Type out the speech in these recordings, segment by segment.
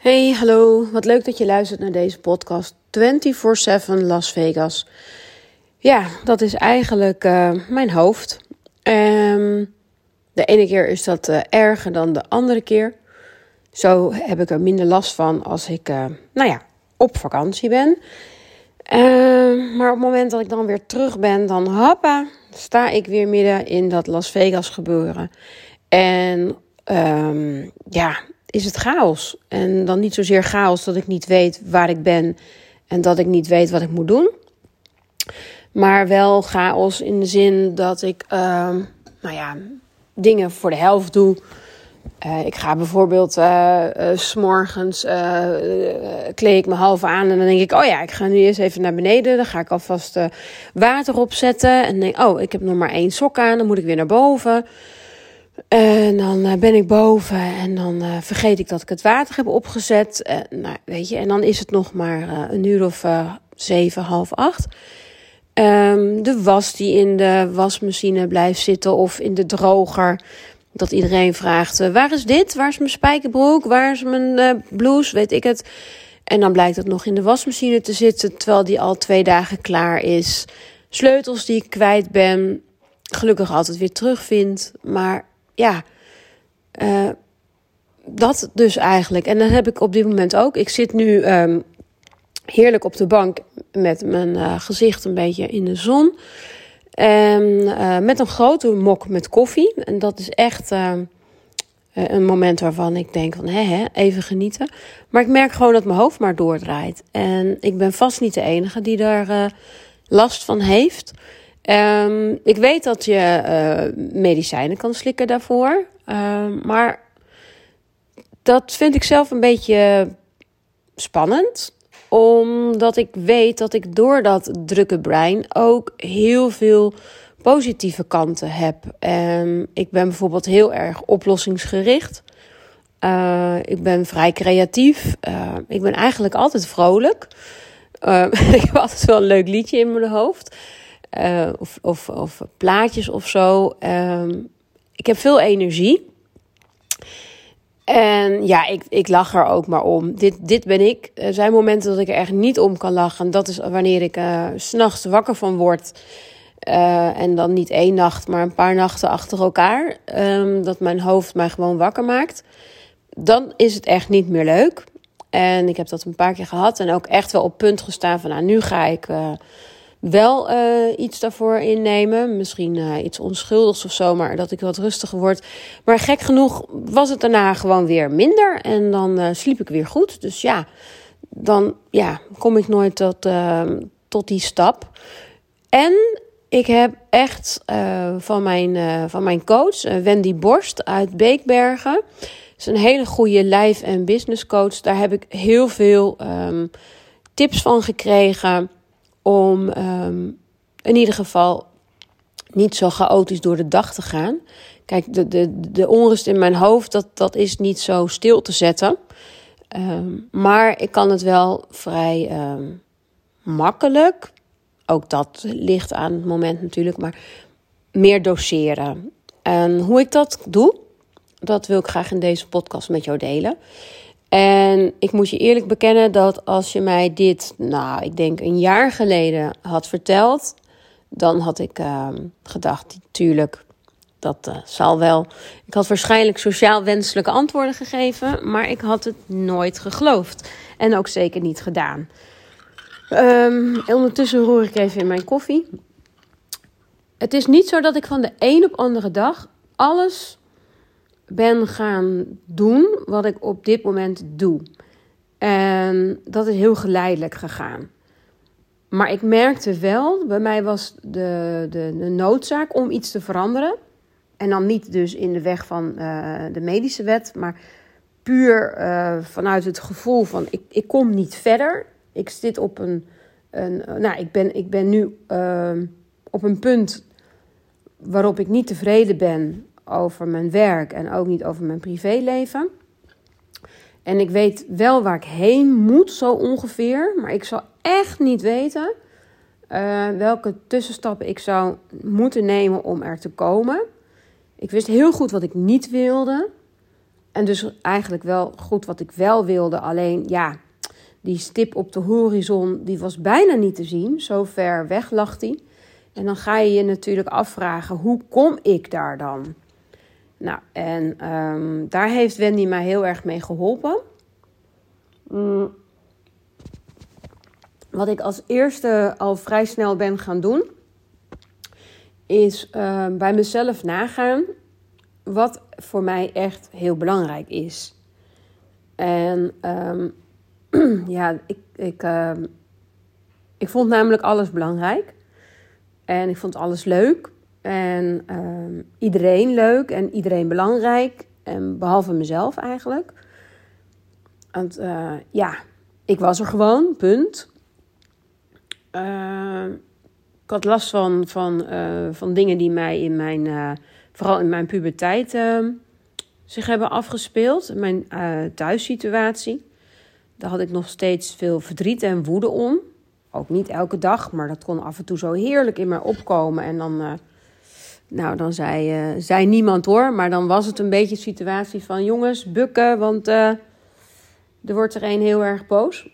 Hey, hallo. Wat leuk dat je luistert naar deze podcast 24/7 Las Vegas. Ja, dat is eigenlijk mijn hoofd. De ene keer is dat erger dan de andere keer. Zo heb ik er minder last van als ik op vakantie ben. Maar op het moment dat ik dan weer terug ben, dan sta ik weer midden in dat Las Vegas gebeuren. En is het chaos. En dan niet zozeer chaos dat ik niet weet waar ik ben en dat ik niet weet wat ik moet doen. Maar wel chaos in de zin dat ik dingen voor de helft doe. Ik ga bijvoorbeeld 's morgens kleed ik me half aan en dan denk ik, ik ga nu eerst even naar beneden. Dan ga ik alvast water opzetten en denk, ik heb nog maar 1 sok aan, dan moet ik weer naar boven. En dan ben ik boven en dan vergeet ik dat ik het water heb opgezet. En dan is het nog maar 1 uur of 7, half 8. De was die in de wasmachine blijft zitten of in de droger. Dat iedereen vraagt, waar is dit? Waar is mijn spijkerbroek? Waar is mijn blouse? Weet ik het. En dan blijkt het nog in de wasmachine te zitten, terwijl die al 2 dagen klaar is. Sleutels die ik kwijt ben, gelukkig altijd weer terugvind. Maar dat dus eigenlijk. En dat heb ik op dit moment ook. Ik zit nu heerlijk op de bank met mijn gezicht een beetje in de zon. En met een grote mok met koffie. En dat is echt een moment waarvan ik denk van even genieten. Maar ik merk gewoon dat mijn hoofd maar doordraait. En ik ben vast niet de enige die daar last van heeft. Ik weet dat je medicijnen kan slikken daarvoor. Maar dat vind ik zelf een beetje spannend. Omdat ik weet dat ik door dat drukke brein ook heel veel positieve kanten heb. Ik ben bijvoorbeeld heel erg oplossingsgericht. Ik ben vrij creatief. Ik ben eigenlijk altijd vrolijk. Ik heb altijd wel een leuk liedje in mijn hoofd. Of plaatjes of zo. Ik heb veel energie. En ik lach er ook maar om. Dit ben ik. Er zijn momenten dat ik er echt niet om kan lachen. Dat is wanneer ik 's nachts wakker van word. En dan niet 1 nacht, maar een paar nachten achter elkaar. Dat mijn hoofd mij gewoon wakker maakt. Dan is het echt niet meer leuk. En ik heb dat een paar keer gehad. En ook echt wel op punt gestaan van nu ga ik wel iets daarvoor innemen. Misschien iets onschuldigs of zo, maar dat ik wat rustiger word. Maar gek genoeg was het daarna gewoon weer minder. En dan sliep ik weer goed. Dus dan kom ik nooit tot die stap. En ik heb echt van mijn coach, Wendy Borst uit Beekbergen. Dat is een hele goede life- en business coach. Daar heb ik heel veel tips van gekregen om in ieder geval niet zo chaotisch door de dag te gaan. Kijk, de onrust in mijn hoofd, dat is niet zo stil te zetten. Maar ik kan het wel vrij makkelijk. Ook dat ligt aan het moment natuurlijk, maar meer doseren. En hoe ik dat doe, dat wil ik graag in deze podcast met jou delen. En ik moet je eerlijk bekennen dat als je mij dit, ik denk 1 jaar geleden had verteld, dan had ik gedacht, tuurlijk, dat zal wel. Ik had waarschijnlijk sociaal wenselijke antwoorden gegeven, maar ik had het nooit geloofd. En ook zeker niet gedaan. Ondertussen roer ik even in mijn koffie. Het is niet zo dat ik van de een op andere dag alles ben gaan doen wat ik op dit moment doe. En dat is heel geleidelijk gegaan. Maar ik merkte wel, bij mij was de noodzaak om iets te veranderen. En dan niet dus in de weg van de medische wet, maar puur vanuit het gevoel van ik kom niet verder. Ik zit op ik ben nu op een punt waarop ik niet tevreden ben over mijn werk en ook niet over mijn privéleven. En ik weet wel waar ik heen moet, zo ongeveer. Maar ik zou echt niet weten welke tussenstappen ik zou moeten nemen om er te komen. Ik wist heel goed wat ik niet wilde. En dus eigenlijk wel goed wat ik wel wilde. Alleen ja, die stip op de horizon, die was bijna niet te zien. Zo ver weg lag die. En dan ga je je natuurlijk afvragen, hoe kom ik daar dan? Nou, en daar heeft Wendy mij heel erg mee geholpen. Wat ik als eerste al vrij snel ben gaan doen, is bij mezelf nagaan wat voor mij echt heel belangrijk is. En ja, ik vond namelijk alles belangrijk. En ik vond alles leuk. En iedereen leuk en iedereen belangrijk. En behalve mezelf eigenlijk. Want ja, ik was er gewoon, punt. Ik had last van dingen die mij vooral in mijn puberteit zich hebben afgespeeld. Mijn thuissituatie. Daar had ik nog steeds veel verdriet en woede om. Ook niet elke dag, maar dat kon af en toe zo heerlijk in mij opkomen. En dan zei niemand hoor. Maar dan was het een beetje een situatie van jongens, bukken. Want er wordt er een heel erg boos.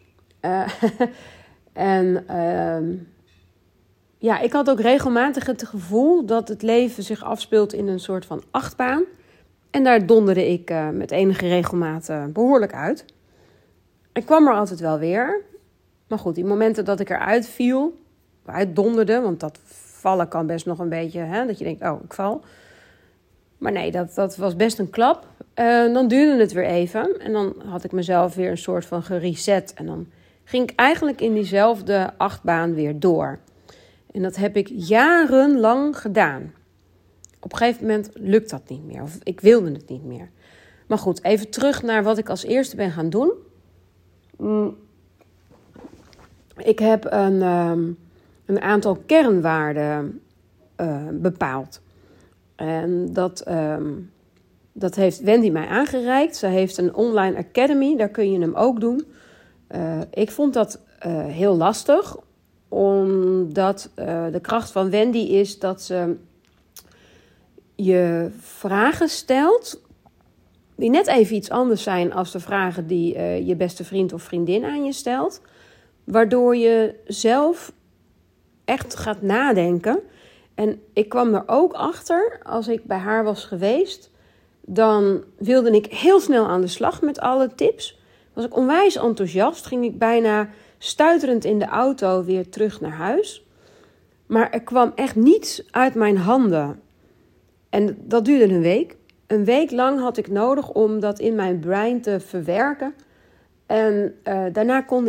Ja, ik had ook regelmatig het gevoel dat het leven zich afspeelt in een soort van achtbaan. En daar donderde ik met enige regelmaat behoorlijk uit. Ik kwam er altijd wel weer. Maar goed, die momenten dat ik eruit viel, uitdonderde, want dat vallen kan best nog een beetje, hè, dat je denkt, oh, ik val. Maar nee, dat was best een klap. Dan duurde het weer even en dan had ik mezelf weer een soort van gereset. En dan ging ik eigenlijk in diezelfde achtbaan weer door. En dat heb ik jarenlang gedaan. Op een gegeven moment lukt dat niet meer, of ik wilde het niet meer. Maar goed, even terug naar wat ik als eerste ben gaan doen. Ik heb een aantal kernwaarden bepaald. En dat heeft Wendy mij aangereikt. Ze heeft een online academy, daar kun je hem ook doen. Ik vond dat heel lastig, omdat de kracht van Wendy is dat ze je vragen stelt die net even iets anders zijn als de vragen die je beste vriend of vriendin aan je stelt. Waardoor je zelf echt gaat nadenken. En ik kwam er ook achter, als ik bij haar was geweest, dan wilde ik heel snel aan de slag met alle tips. Was ik onwijs enthousiast, ging ik bijna stuiterend in de auto weer terug naar huis. Maar er kwam echt niets uit mijn handen. En dat duurde een week. Een week lang had ik nodig om dat in mijn brein te verwerken. En daarna kon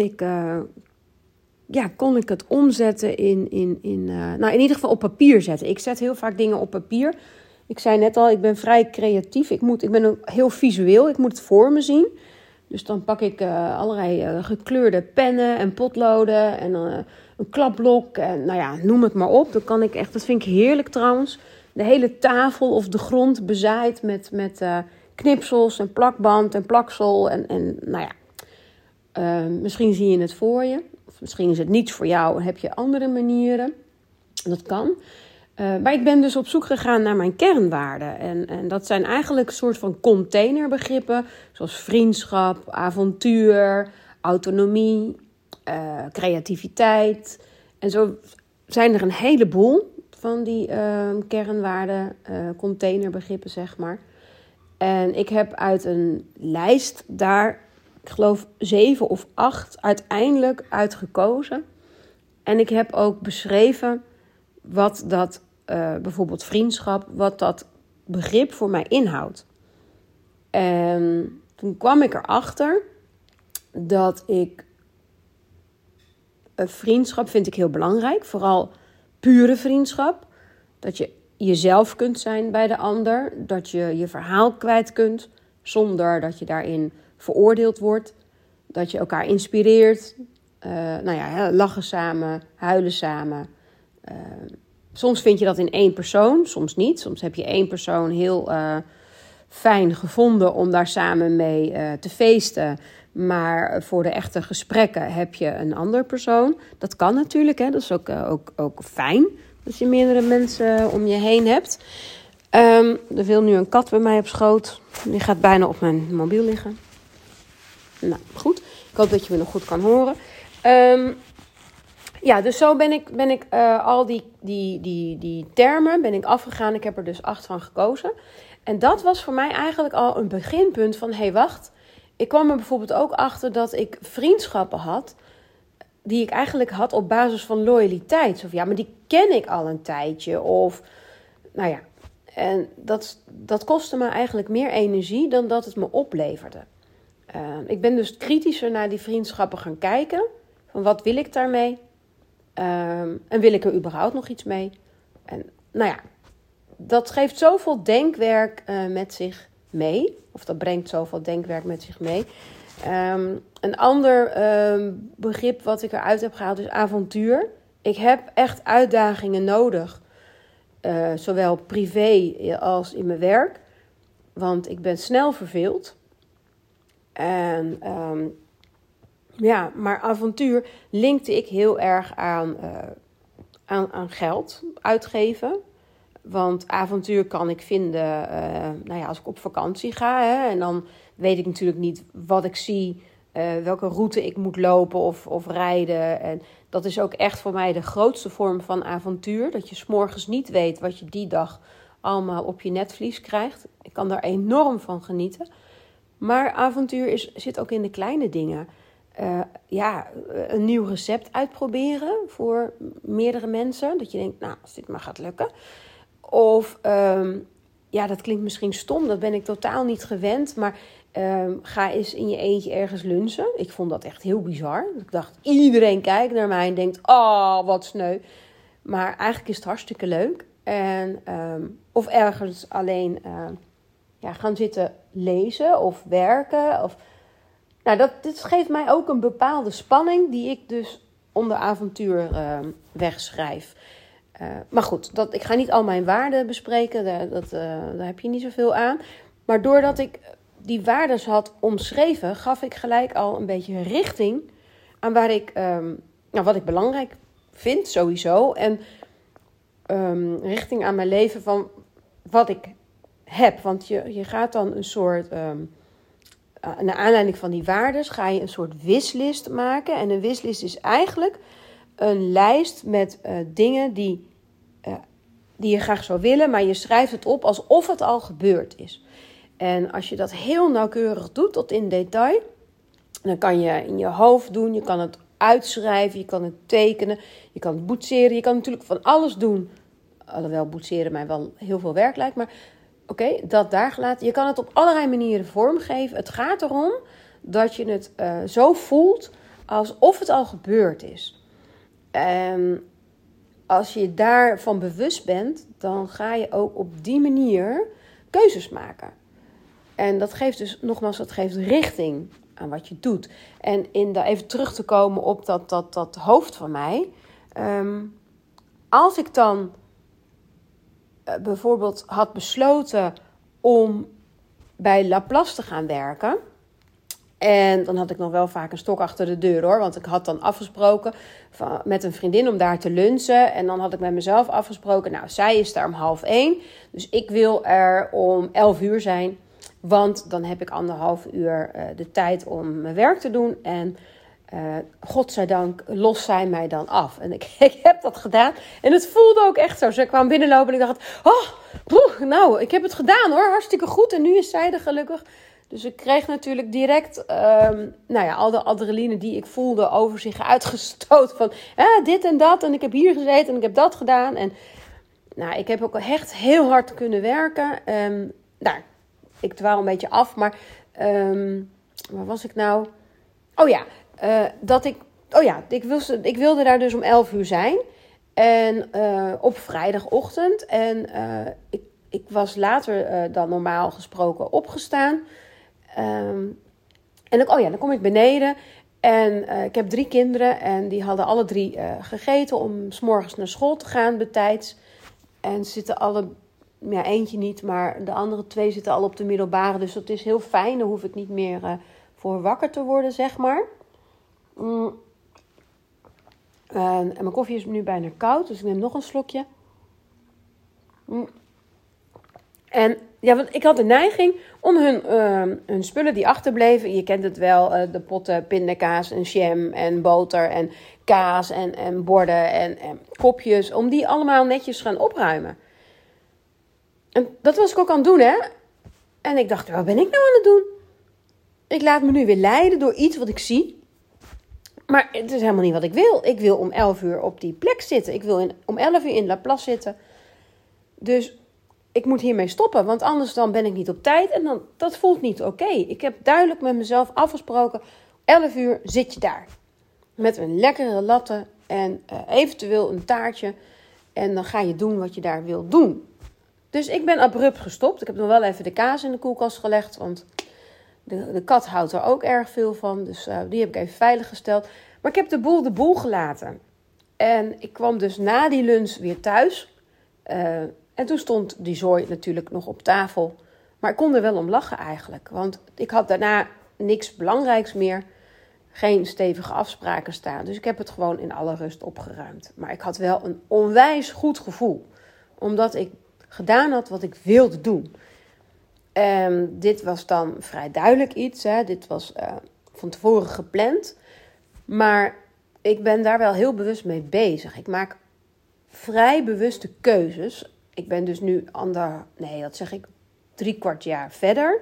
ik het omzetten in ieder geval op papier zetten. Ik zet heel vaak dingen op papier. Ik zei net al, ik ben vrij creatief. Ik ben ook heel visueel. Ik moet het voor me zien. Dus dan pak ik allerlei gekleurde pennen en potloden en een klapblok. En nou ja, noem het maar op. Dat vind ik heerlijk trouwens. De hele tafel of de grond bezaaid met knipsels en plakband en plaksel. En nou ja, misschien zie je het voor je. Of misschien is het niets voor jou en heb je andere manieren. Dat kan. Maar ik ben dus op zoek gegaan naar mijn kernwaarden. En dat zijn eigenlijk een soort van containerbegrippen. Zoals vriendschap, avontuur, autonomie, creativiteit. En zo zijn er een heleboel van die kernwaarden, containerbegrippen zeg maar. En ik heb uit een lijst daar, ik geloof 7 of 8 uiteindelijk uitgekozen. En ik heb ook beschreven wat dat, bijvoorbeeld vriendschap, wat dat begrip voor mij inhoudt. En toen kwam ik erachter dat ik vriendschap vind ik heel belangrijk. Vooral pure vriendschap. Dat je jezelf kunt zijn bij de ander. Dat je je verhaal kwijt kunt zonder dat je daarin veroordeeld wordt. Dat je elkaar inspireert. Lachen samen, huilen samen. Soms vind je dat in één persoon, soms niet. Soms heb je één persoon heel fijn gevonden om daar samen mee te feesten. Maar voor de echte gesprekken heb je een ander persoon. Dat kan natuurlijk, hè? Dat is ook fijn als je meerdere mensen om je heen hebt. Er wil nu een kat bij mij op schoot. Die gaat bijna op mijn mobiel liggen. Nou, goed. Ik hoop dat je me nog goed kan horen. Dus zo ben ik al die termen ben ik afgegaan. Ik heb er dus 8 van gekozen. En dat was voor mij eigenlijk al een beginpunt van... Hé, wacht. Ik kwam er bijvoorbeeld ook achter dat ik vriendschappen had... die ik eigenlijk had op basis van loyaliteit. Of ja, maar die ken ik al een tijdje. Of, nou ja. En dat kostte me eigenlijk meer energie dan dat het me opleverde. Ik ben dus kritischer naar die vriendschappen gaan kijken. Van wat wil ik daarmee? En wil ik er überhaupt nog iets mee? En nou ja, dat geeft zoveel denkwerk met zich mee. Of dat brengt zoveel denkwerk met zich mee. Een ander begrip wat ik eruit heb gehaald is avontuur. Ik heb echt uitdagingen nodig. Zowel privé als in mijn werk. Want ik ben snel verveeld. En maar avontuur linkte ik heel erg aan geld uitgeven. Want avontuur kan ik vinden als ik op vakantie ga. Hè, en dan weet ik natuurlijk niet wat ik zie, welke route ik moet lopen of rijden. En dat is ook echt voor mij de grootste vorm van avontuur. Dat je 's morgens niet weet wat je die dag allemaal op je netvlies krijgt. Ik kan daar enorm van genieten. Maar avontuur zit ook in de kleine dingen. Een nieuw recept uitproberen voor meerdere mensen. Dat je denkt, nou, als dit maar gaat lukken. Of, dat klinkt misschien stom, dat ben ik totaal niet gewend. Maar ga eens in je eentje ergens lunchen. Ik vond dat echt heel bizar. Ik dacht, iedereen kijkt naar mij en denkt, oh, wat sneu. Maar eigenlijk is het hartstikke leuk. En, of ergens alleen gaan zitten lezen of werken. Dit geeft mij ook een bepaalde spanning die ik dus onder avontuur wegschrijf. Maar goed, ik ga niet al mijn waarden bespreken. Daar heb je niet zoveel aan. Maar doordat ik die waarden had omschreven, gaf ik gelijk al een beetje richting aan wat ik belangrijk vind sowieso. En richting aan mijn leven van wat ik heb. Want je gaat dan een soort... naar aanleiding van die waarden ga je een soort wishlist maken. En een wishlist is eigenlijk een lijst met dingen die je graag zou willen, maar je schrijft het op alsof het al gebeurd is. En als je dat heel nauwkeurig doet, tot in detail, dan kan je in je hoofd doen, je kan het uitschrijven, je kan het tekenen, je kan het boetseren, je kan natuurlijk van alles doen. Alhoewel boetseren mij wel heel veel werk lijkt, maar oké, dat daar gelaten. Je kan het op allerlei manieren vormgeven. Het gaat erom dat je het zo voelt alsof het al gebeurd is. En als je daarvan bewust bent, dan ga je ook op die manier keuzes maken. En dat geeft dus, nogmaals, dat geeft richting aan wat je doet. En even terug te komen op dat hoofd van mij. Als ik dan bijvoorbeeld had besloten om bij Laplace te gaan werken. En dan had ik nog wel vaak een stok achter de deur hoor. Want ik had dan afgesproken met een vriendin om daar te lunchen. En dan had ik met mezelf afgesproken. Nou, zij is daar om 12:30. Dus ik wil er om 11:00 zijn. Want dan heb ik 1,5 uur de tijd om mijn werk te doen. En godzijdank lost zij mij dan af. En ik heb dat gedaan. En het voelde ook echt zo. Ze kwam binnenlopen en ik dacht... ik heb het gedaan hoor. Hartstikke goed. En nu is zij er gelukkig. Dus ik kreeg natuurlijk direct al de adrenaline die ik voelde over zich uitgestoten. Van dit en dat. En ik heb hier gezeten en ik heb dat gedaan. En ik heb ook echt heel hard kunnen werken. Ik dwaal een beetje af. Maar waar was ik nou? Oh ja, ik wilde daar dus om 11:00 zijn. En op vrijdagochtend. En ik was later dan normaal gesproken opgestaan. Dan kom ik beneden. En ik heb 3 kinderen. En die hadden alle 3 gegeten om 's morgens naar school te gaan betijds. En ze zitten alle... Ja, eentje niet, maar de andere 2 zitten al op de middelbare. Dus dat is heel fijn. Dan hoef ik niet meer voor wakker te worden, zeg maar. En mijn koffie is nu bijna koud, dus ik neem nog een slokje. En ja, want ik had de neiging om hun spullen die achterbleven. Je kent het wel, de potten pindakaas en jam en boter en kaas en borden en kopjes. Om die allemaal netjes gaan opruimen. En dat was ik ook aan het doen, hè. En ik dacht, wat ben ik nou aan het doen? Ik laat me nu weer leiden door iets wat ik zie. Maar het is helemaal niet wat ik wil. Ik wil om 11 uur op die plek zitten. Ik wil om 11 uur in Laplace zitten. Dus ik moet hiermee stoppen. Want anders dan ben ik niet op tijd. En dat voelt niet oké. Ik heb duidelijk met mezelf afgesproken. 11 uur zit je daar. Met een lekkere latte. En eventueel een taartje. En dan ga je doen wat je daar wil doen. Dus ik ben abrupt gestopt. Ik heb nog wel even de kaas in de koelkast gelegd. Want de kat houdt er ook erg veel van. Dus die heb ik even veilig gesteld. Maar ik heb de boel gelaten. En ik kwam dus na die lunch weer thuis. En toen stond die zooi natuurlijk nog op tafel. Maar ik kon er wel om lachen eigenlijk. Want ik had daarna niks belangrijks meer. Geen stevige afspraken staan. Dus ik heb het gewoon in alle rust opgeruimd. Maar ik had wel een onwijs goed gevoel. Omdat ik gedaan had wat ik wilde doen. Dit was dan vrij duidelijk iets. Hè. Dit was van tevoren gepland. Maar ik ben daar wel heel bewust mee bezig. Ik maak vrij bewuste keuzes. Ik ben dus nu 3/4 jaar verder.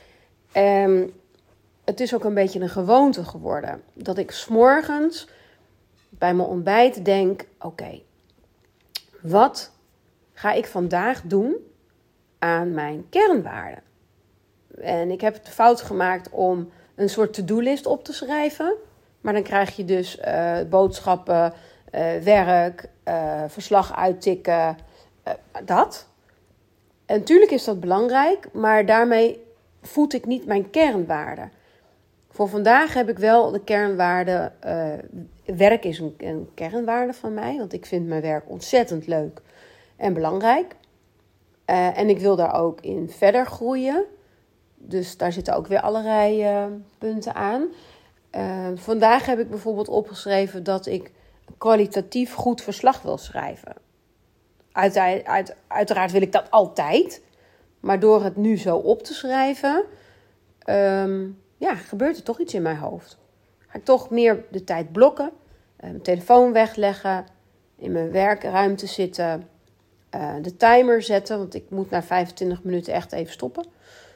Het is ook een beetje een gewoonte geworden. Dat ik 's morgens bij mijn ontbijt denk, oké, wat ga ik vandaag doen aan mijn kernwaarden? En ik heb de fout gemaakt om een soort to-do-list op te schrijven. Maar dan krijg je dus boodschappen, werk, verslag uittikken, dat. En natuurlijk is dat belangrijk, maar daarmee voed ik niet mijn kernwaarden. Voor vandaag heb ik wel de kernwaarde. Werk is een kernwaarde van mij, want ik vind mijn werk ontzettend leuk en belangrijk. En ik wil daar ook in verder groeien. Dus daar zitten ook weer allerlei punten aan. Vandaag heb ik bijvoorbeeld opgeschreven dat ik kwalitatief goed verslag wil schrijven. Uiteraard wil ik dat altijd. Maar door het nu zo op te schrijven, gebeurt er toch iets in mijn hoofd. Ga ik toch meer de tijd blokken. Mijn telefoon wegleggen. In mijn werkruimte zitten. De timer zetten, want ik moet na 25 minuten echt even stoppen.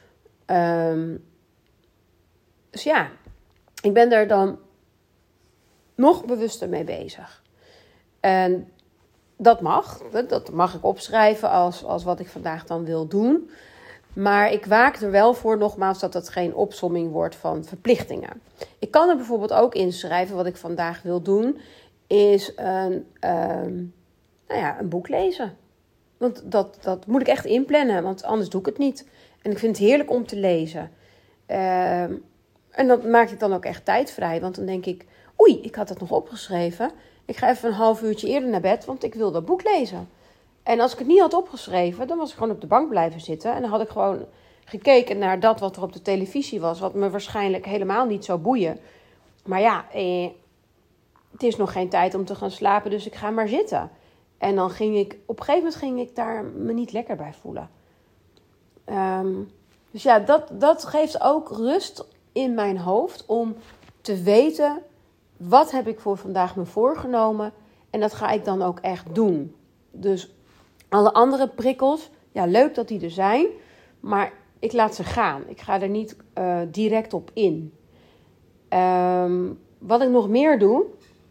Dus ja, ik ben daar dan nog bewuster mee bezig. En dat mag ik opschrijven als wat ik vandaag dan wil doen. Maar ik waak er wel voor, nogmaals, dat het geen opsomming wordt van verplichtingen. Ik kan er bijvoorbeeld ook inschrijven, wat ik vandaag wil doen, is een boek lezen. Want dat moet ik echt inplannen, want anders doe ik het niet. En ik vind het heerlijk om te lezen. En dat maak ik dan ook echt tijd vrij. Want dan denk ik, ik had het nog opgeschreven. Ik ga even een half uurtje eerder naar bed, want ik wil dat boek lezen. En als ik het niet had opgeschreven, dan was ik gewoon op de bank blijven zitten. En dan had ik gewoon gekeken naar dat wat er op de televisie was. Wat me waarschijnlijk helemaal niet zou boeien. Maar ja, het is nog geen tijd om te gaan slapen, dus ik ga maar zitten. En dan op een gegeven moment ging ik daar me niet lekker bij voelen. Dus ja, dat geeft ook rust in mijn hoofd om te weten, wat heb ik voor vandaag me voorgenomen? En dat ga ik dan ook echt doen. Dus alle andere prikkels, ja, leuk dat die er zijn, maar ik laat ze gaan. Ik ga er niet direct op in. Wat ik nog meer doe,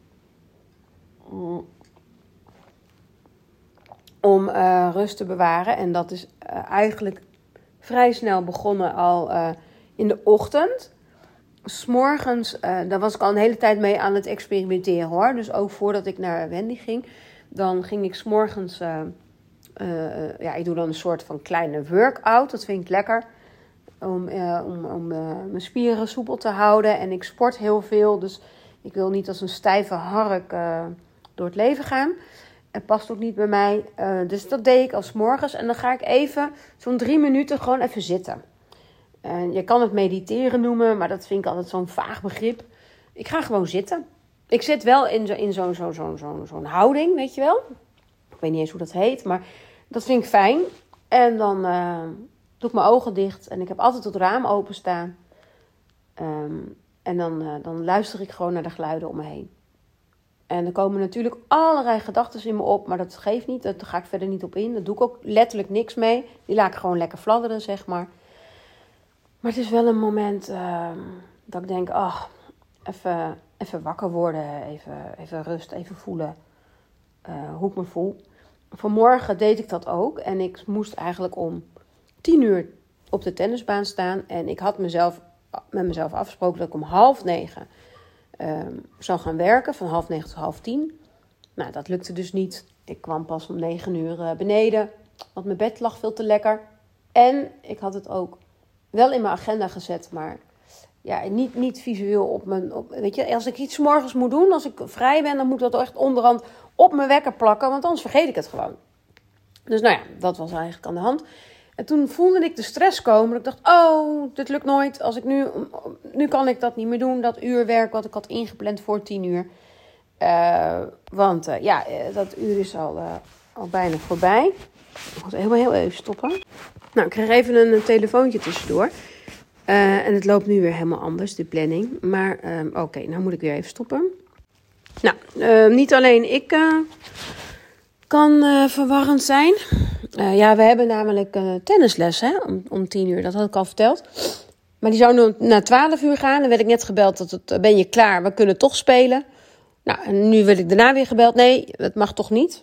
om rust te bewaren, en dat is eigenlijk vrij snel begonnen al in de ochtend. 's Morgens, daar was ik al een hele tijd mee aan het experimenteren hoor. Dus ook voordat ik naar Wendy ging, dan ging ik 's morgens, ik doe dan een soort van kleine workout. Dat vind ik lekker. Om mijn spieren soepel te houden. En ik sport heel veel, dus ik wil niet als een stijve hark door het leven gaan. Het past ook niet bij mij. Dus dat deed ik als 's morgens. En dan ga ik even, zo'n 3 minuten, gewoon even zitten. En je kan het mediteren noemen, maar dat vind ik altijd zo'n vaag begrip. Ik ga gewoon zitten. Ik zit wel in zo'n houding, weet je wel. Ik weet niet eens hoe dat heet, maar dat vind ik fijn. En dan doe ik mijn ogen dicht. En ik heb altijd het raam openstaan. En dan luister ik gewoon naar de geluiden om me heen. En er komen natuurlijk allerlei gedachten in me op. Maar dat geeft niet. Daar ga ik verder niet op in. Daar doe ik ook letterlijk niks mee. Die laat ik gewoon lekker fladderen, zeg maar. Maar het is wel een moment dat ik denk... even wakker worden. Even rust. Even voelen hoe ik me voel. Vanmorgen deed ik dat ook. En ik moest eigenlijk om 10:00 op de tennisbaan staan. En ik had met mezelf afgesproken dat ik om 8:30 zou gaan werken. Van 8:30 tot 9:30. Nou, dat lukte dus niet. Ik kwam pas om 9:00 beneden. Want mijn bed lag veel te lekker. En ik had het ook wel in mijn agenda gezet. Maar ja, niet visueel weet je, als ik iets morgens moet doen, als ik vrij ben, dan moet ik dat echt onderhand op mijn wekker plakken. Want anders vergeet ik het gewoon. Dus nou ja, dat was eigenlijk aan de hand. En toen voelde ik de stress komen. Ik dacht, dit lukt nooit. Als ik nu kan ik dat niet meer doen. Dat uurwerk wat ik had ingepland voor 10:00. Want dat uur is al bijna voorbij. Ik moet heel even stoppen. Nou, ik kreeg even een telefoontje tussendoor. En het loopt nu weer helemaal anders, de planning. Maar oké, nou moet ik weer even stoppen. Nou, niet alleen ik kan verwarrend zijn. We hebben namelijk tennisles om 10:00. Dat had ik al verteld. Maar die zou nu na 12:00 gaan. Dan werd ik net gebeld dat ben je klaar, we kunnen toch spelen. Nou, en nu werd ik daarna weer gebeld. Nee, dat mag toch niet.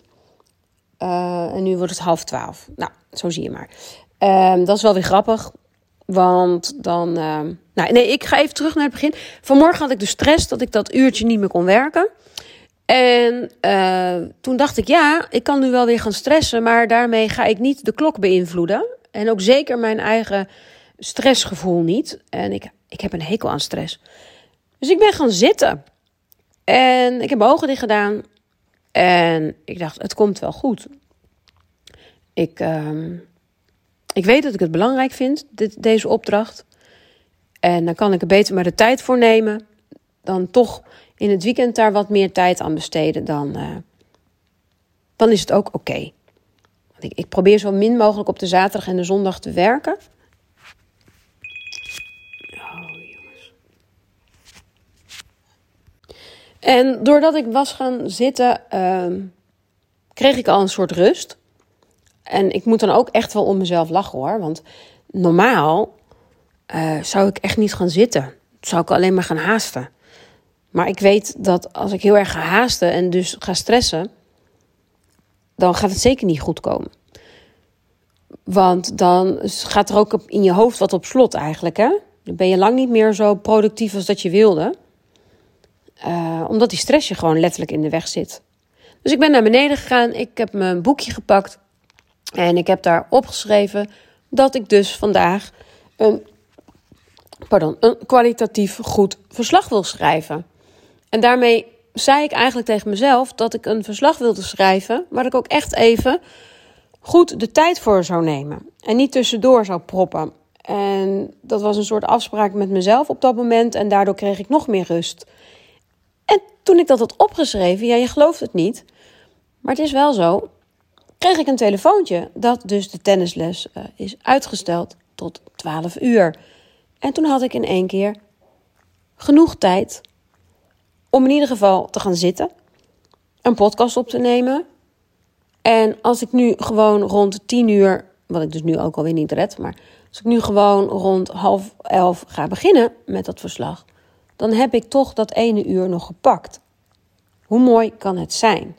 En nu wordt het 11:30. Nou, zo zie je maar. Dat is wel weer grappig. Want dan... ik ga even terug naar het begin. Vanmorgen had ik de stress dat ik dat uurtje niet meer kon werken. En toen dacht ik, ik kan nu wel weer gaan stressen. Maar daarmee ga ik niet de klok beïnvloeden. En ook zeker mijn eigen stressgevoel niet. En ik heb een hekel aan stress. Dus ik ben gaan zitten. En ik heb mijn ogen dicht gedaan. En ik dacht, het komt wel goed. Ik weet dat ik het belangrijk vind, deze opdracht. En dan kan ik er beter maar de tijd voor nemen. Dan toch in het weekend daar wat meer tijd aan besteden. Dan is het ook oké. Ik probeer zo min mogelijk op de zaterdag en de zondag te werken. Jongens. En doordat ik was gaan zitten, kreeg ik al een soort rust. En ik moet dan ook echt wel om mezelf lachen hoor. Want normaal zou ik echt niet gaan zitten. Zou ik alleen maar gaan haasten. Maar ik weet dat als ik heel erg ga haasten en dus ga stressen, dan gaat het zeker niet goed komen. Want dan gaat er ook in je hoofd wat op slot eigenlijk. Hè? Dan ben je lang niet meer zo productief als dat je wilde. Omdat die stress je gewoon letterlijk in de weg zit. Dus ik ben naar beneden gegaan. Ik heb mijn boekje gepakt. En ik heb daar opgeschreven dat ik dus vandaag een kwalitatief goed verslag wil schrijven. En daarmee zei ik eigenlijk tegen mezelf dat ik een verslag wilde schrijven, waar ik ook echt even goed de tijd voor zou nemen. En niet tussendoor zou proppen. En dat was een soort afspraak met mezelf op dat moment. En daardoor kreeg ik nog meer rust. En toen ik dat had opgeschreven, je gelooft het niet, maar het is wel zo, kreeg ik een telefoontje dat dus de tennisles is uitgesteld tot 12:00. En toen had ik in één keer genoeg tijd om in ieder geval te gaan zitten, een podcast op te nemen. En als ik nu gewoon rond 10:00, wat ik dus nu ook alweer niet red, maar als ik nu gewoon rond 10:30 ga beginnen met dat verslag, dan heb ik toch dat ene uur nog gepakt. Hoe mooi kan het zijn?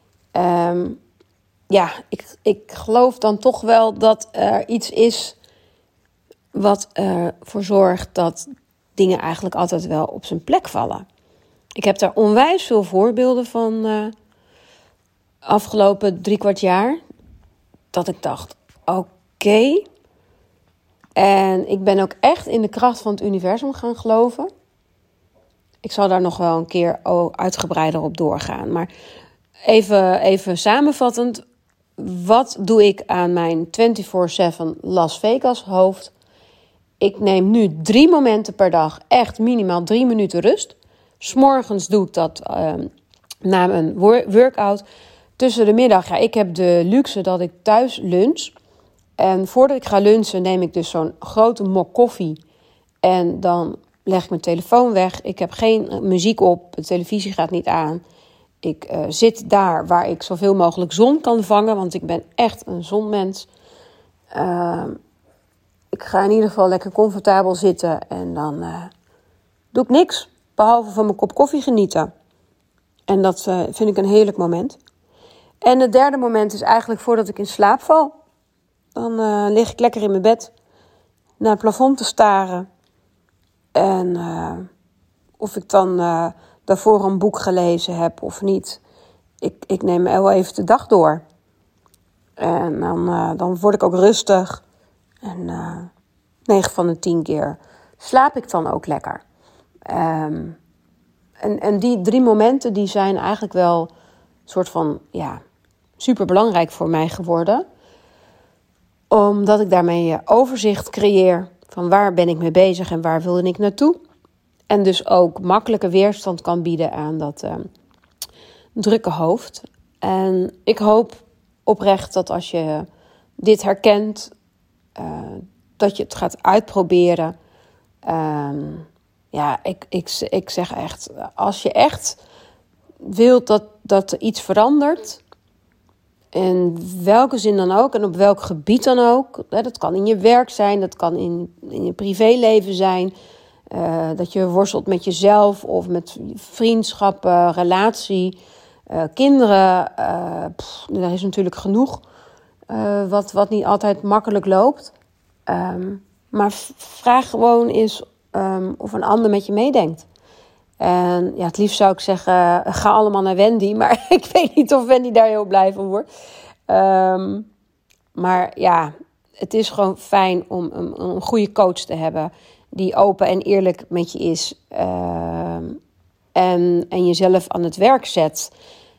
Ik geloof dan toch wel dat er iets is wat ervoor zorgt dat dingen eigenlijk altijd wel op zijn plek vallen. Ik heb daar onwijs veel voorbeelden van afgelopen 3/4 jaar. Dat ik dacht, oké. En ik ben ook echt in de kracht van het universum gaan geloven. Ik zal daar nog wel een keer uitgebreider op doorgaan. Maar even samenvattend. Wat doe ik aan mijn 24/7 Las Vegas hoofd? Ik neem nu 3 momenten per dag, echt minimaal 3 minuten rust. 's Morgens doe ik dat na een workout. Tussen de middag, ik heb de luxe dat ik thuis lunch. En voordat ik ga lunchen neem ik dus zo'n grote mok koffie. En dan leg ik mijn telefoon weg. Ik heb geen muziek op. De televisie gaat niet aan. Ik zit daar waar ik zoveel mogelijk zon kan vangen. Want ik ben echt een zonmens. Ik ga in ieder geval lekker comfortabel zitten. En dan doe ik niks. Behalve van mijn kop koffie genieten. En dat vind ik een heerlijk moment. En het derde moment is eigenlijk voordat ik in slaap val. Dan lig ik lekker in mijn bed naar het plafond te staren. En of ik dan daarvoor een boek gelezen heb of niet. Ik neem wel even de dag door. En dan word ik ook rustig. En 9 van de 10 keer slaap ik dan ook lekker. En die 3 momenten die zijn eigenlijk wel een soort van super belangrijk voor mij geworden. Omdat ik daarmee overzicht creëer van waar ben ik mee bezig en waar wilde ik naartoe. En dus ook makkelijke weerstand kan bieden aan dat drukke hoofd. En ik hoop oprecht dat als je dit herkent, dat je het gaat uitproberen. Ik zeg echt, als je echt wilt dat er iets verandert, in welke zin dan ook en op welk gebied dan ook. Dat kan in je werk zijn, dat kan in je privéleven zijn. Dat je worstelt met jezelf of met vriendschappen, relatie, kinderen. Er is natuurlijk genoeg wat niet altijd makkelijk loopt. Maar vraag gewoon eens of een ander met je meedenkt. En het liefst zou ik zeggen, ga allemaal naar Wendy. Maar ik weet niet of Wendy daar heel blij van wordt. Maar het is gewoon fijn om een goede coach te hebben die open en eerlijk met je is. En jezelf aan het werk zet.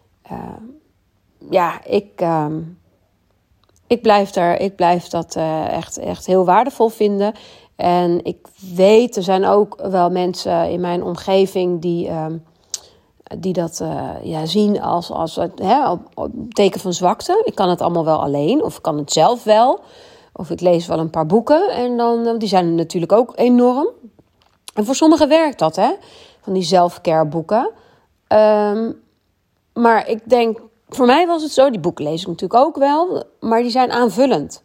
Ik blijf dat echt heel waardevol vinden. En ik weet, er zijn ook wel mensen in mijn omgeving die dat zien als het teken van zwakte. Ik kan het allemaal wel alleen, of ik kan het zelf wel. Of ik lees wel een paar boeken en dan die zijn natuurlijk ook enorm. En voor sommigen werkt dat, van die self-care boeken. Maar ik denk, voor mij was het zo, die boeken lees ik natuurlijk ook wel, maar die zijn aanvullend.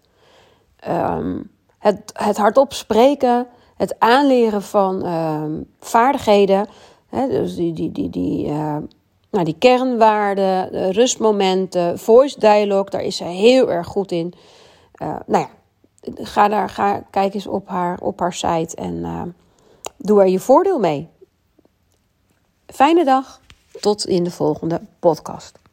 Het hardop spreken, het aanleren van vaardigheden, dus die kernwaarden, de rustmomenten, voice dialogue, daar is ze heel erg goed in. Kijk eens op haar site en doe er je voordeel mee. Fijne dag, tot in de volgende podcast.